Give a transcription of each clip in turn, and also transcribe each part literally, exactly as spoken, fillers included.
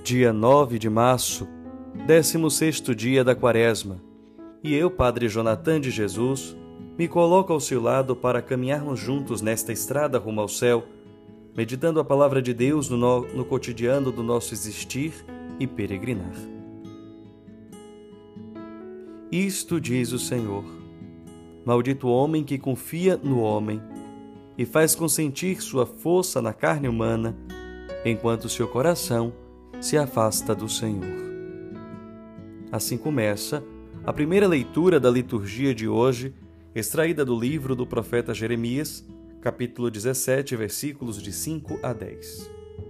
Dia nove de março, décimo sexto dia da Quaresma, e eu, Padre Jonathan de Jesus, me coloco ao seu lado para caminharmos juntos nesta estrada rumo ao céu, meditando a palavra de Deus no, no, no cotidiano do nosso existir e peregrinar. Isto diz o Senhor: maldito o homem que confia no homem e faz consentir sua força na carne humana, enquanto seu coração se afasta do Senhor. Assim começa a primeira leitura da liturgia de hoje, extraída do livro do profeta Jeremias, capítulo dezessete, versículos de cinco a dez.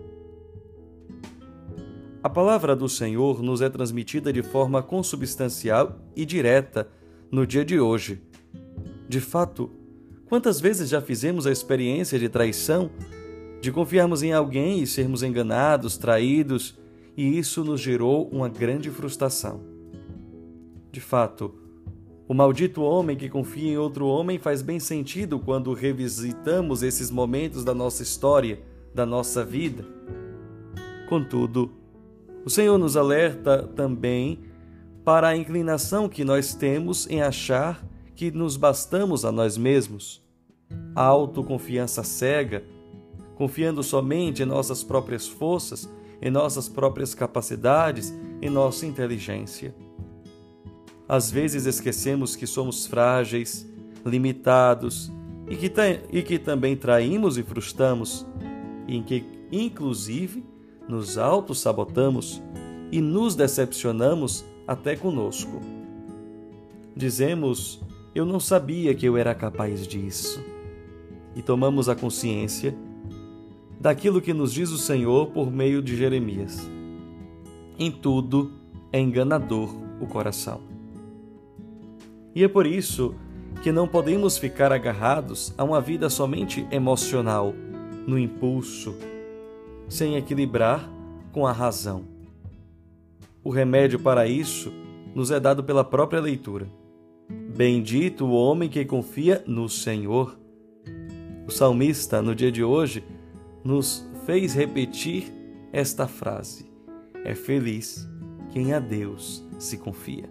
A palavra do Senhor nos é transmitida de forma consubstancial e direta no dia de hoje. De fato, quantas vezes já fizemos a experiência de traição, de confiarmos em alguém e sermos enganados, traídos, e isso nos gerou uma grande frustração. De fato, o maldito homem que confia em outro homem faz bem sentido quando revisitamos esses momentos da nossa história, da nossa vida. Contudo, o Senhor nos alerta também para a inclinação que nós temos em achar que nos bastamos a nós mesmos. A autoconfiança cega, confiando somente em nossas próprias forças, em nossas próprias capacidades, em nossa inteligência. Às vezes esquecemos que somos frágeis, limitados e que, e que também traímos e frustramos, e em que, inclusive, nos auto-sabotamos e nos decepcionamos até conosco. Dizemos: eu não sabia que eu era capaz disso. E tomamos a consciência daquilo que nos diz o Senhor por meio de Jeremias: em tudo é enganador o coração. E é por isso que não podemos ficar agarrados a uma vida somente emocional, no impulso, sem equilibrar com a razão. O remédio para isso nos é dado pela própria leitura. Bendito o homem que confia no Senhor. O salmista, no dia de hoje, nos fez repetir esta frase: é feliz quem a Deus se confia.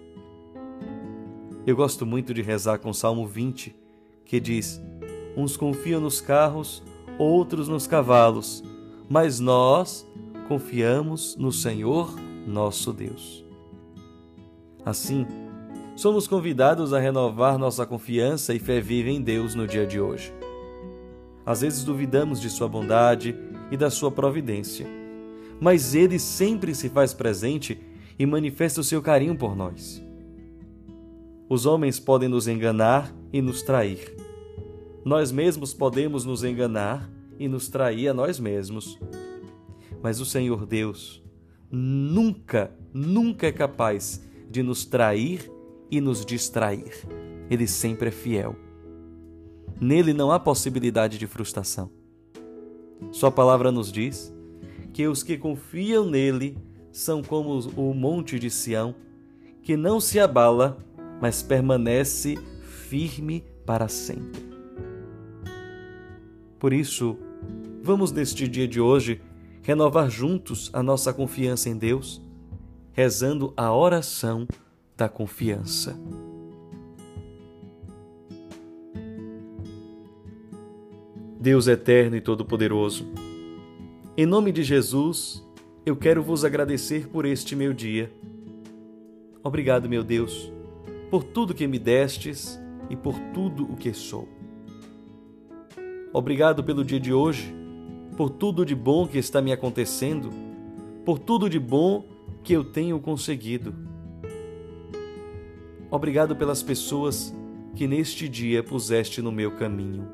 Eu gosto muito de rezar com o Salmo vinte, que diz: uns confiam nos carros, outros nos cavalos, mas nós confiamos no Senhor nosso Deus. Assim, somos convidados a renovar nossa confiança e fé viva em Deus no dia de hoje. Às vezes duvidamos de sua bondade e da sua providência, mas Ele sempre se faz presente e manifesta o seu carinho por nós. Os homens podem nos enganar e nos trair. Nós mesmos podemos nos enganar e nos trair a nós mesmos. Mas o Senhor Deus nunca, nunca é capaz de nos trair e nos distrair. Ele sempre é fiel. Nele não há possibilidade de frustração. Sua palavra nos diz que os que confiam nele são como o monte de Sião, que não se abala, mas permanece firme para sempre. Por isso, vamos neste dia de hoje renovar juntos a nossa confiança em Deus, rezando a oração da confiança. Deus eterno e todo-poderoso, em nome de Jesus, eu quero vos agradecer por este meu dia. Obrigado, meu Deus, por tudo que me destes e por tudo o que sou. Obrigado pelo dia de hoje, por tudo de bom que está me acontecendo, por tudo de bom que eu tenho conseguido. Obrigado pelas pessoas que neste dia puseste no meu caminho.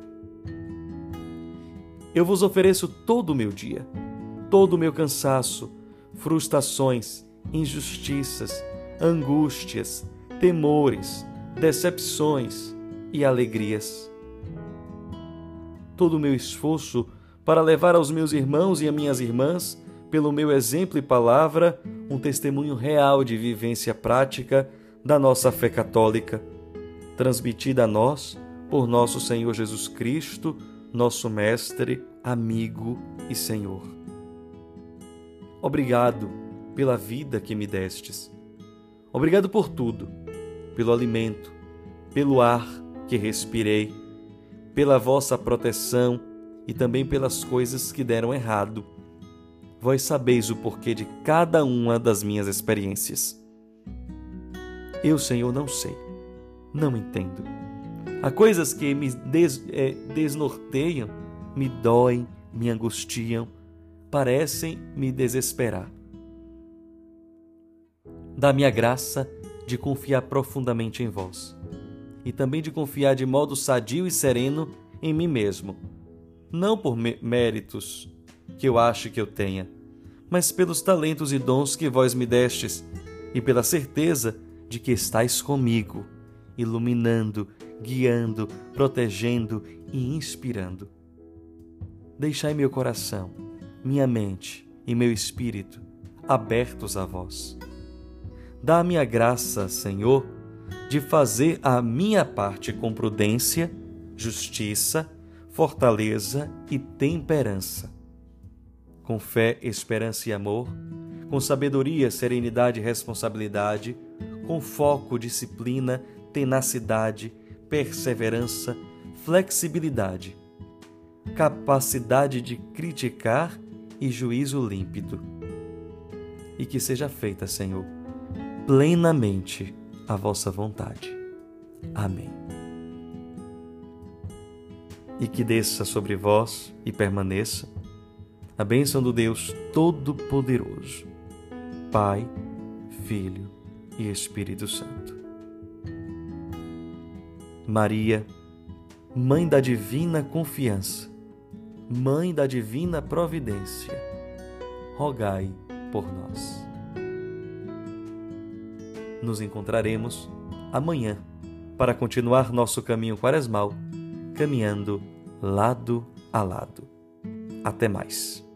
Eu vos ofereço todo o meu dia, todo o meu cansaço, frustrações, injustiças, angústias, temores, decepções e alegrias. Todo o meu esforço para levar aos meus irmãos e às minhas irmãs, pelo meu exemplo e palavra, um testemunho real de vivência prática da nossa fé católica, transmitida a nós por nosso Senhor Jesus Cristo, nosso Mestre, amigo e Senhor. Obrigado pela vida que me destes. Obrigado por tudo, pelo alimento, pelo ar que respirei, pela vossa proteção e também pelas coisas que deram errado. Vós sabeis o porquê de cada uma das minhas experiências. Eu, Senhor, não sei, não entendo. Há coisas que me des, é, desnorteiam, me doem, me angustiam, parecem me desesperar. Dá-me a graça de confiar profundamente em vós e também de confiar de modo sadio e sereno em mim mesmo, não por méritos que eu acho que eu tenha, mas pelos talentos e dons que vós me destes e pela certeza de que estais comigo, iluminando, guiando, protegendo e inspirando. Deixai meu coração, minha mente e meu espírito abertos a vós. Dá-me a graça, Senhor, de fazer a minha parte com prudência, justiça, fortaleza e temperança. Com fé, esperança e amor, com sabedoria, serenidade e responsabilidade, com foco, disciplina, tenacidade, perseverança, flexibilidade, capacidade de criticar e juízo límpido. E que seja feita, Senhor, plenamente a vossa vontade. Amém. E que desça sobre vós e permaneça a bênção do Deus Todo-Poderoso, Pai, Filho e Espírito Santo. Maria, Mãe da Divina Confiança, Mãe da Divina Providência, rogai por nós. Nos encontraremos amanhã para continuar nosso caminho quaresmal, caminhando lado a lado. Até mais.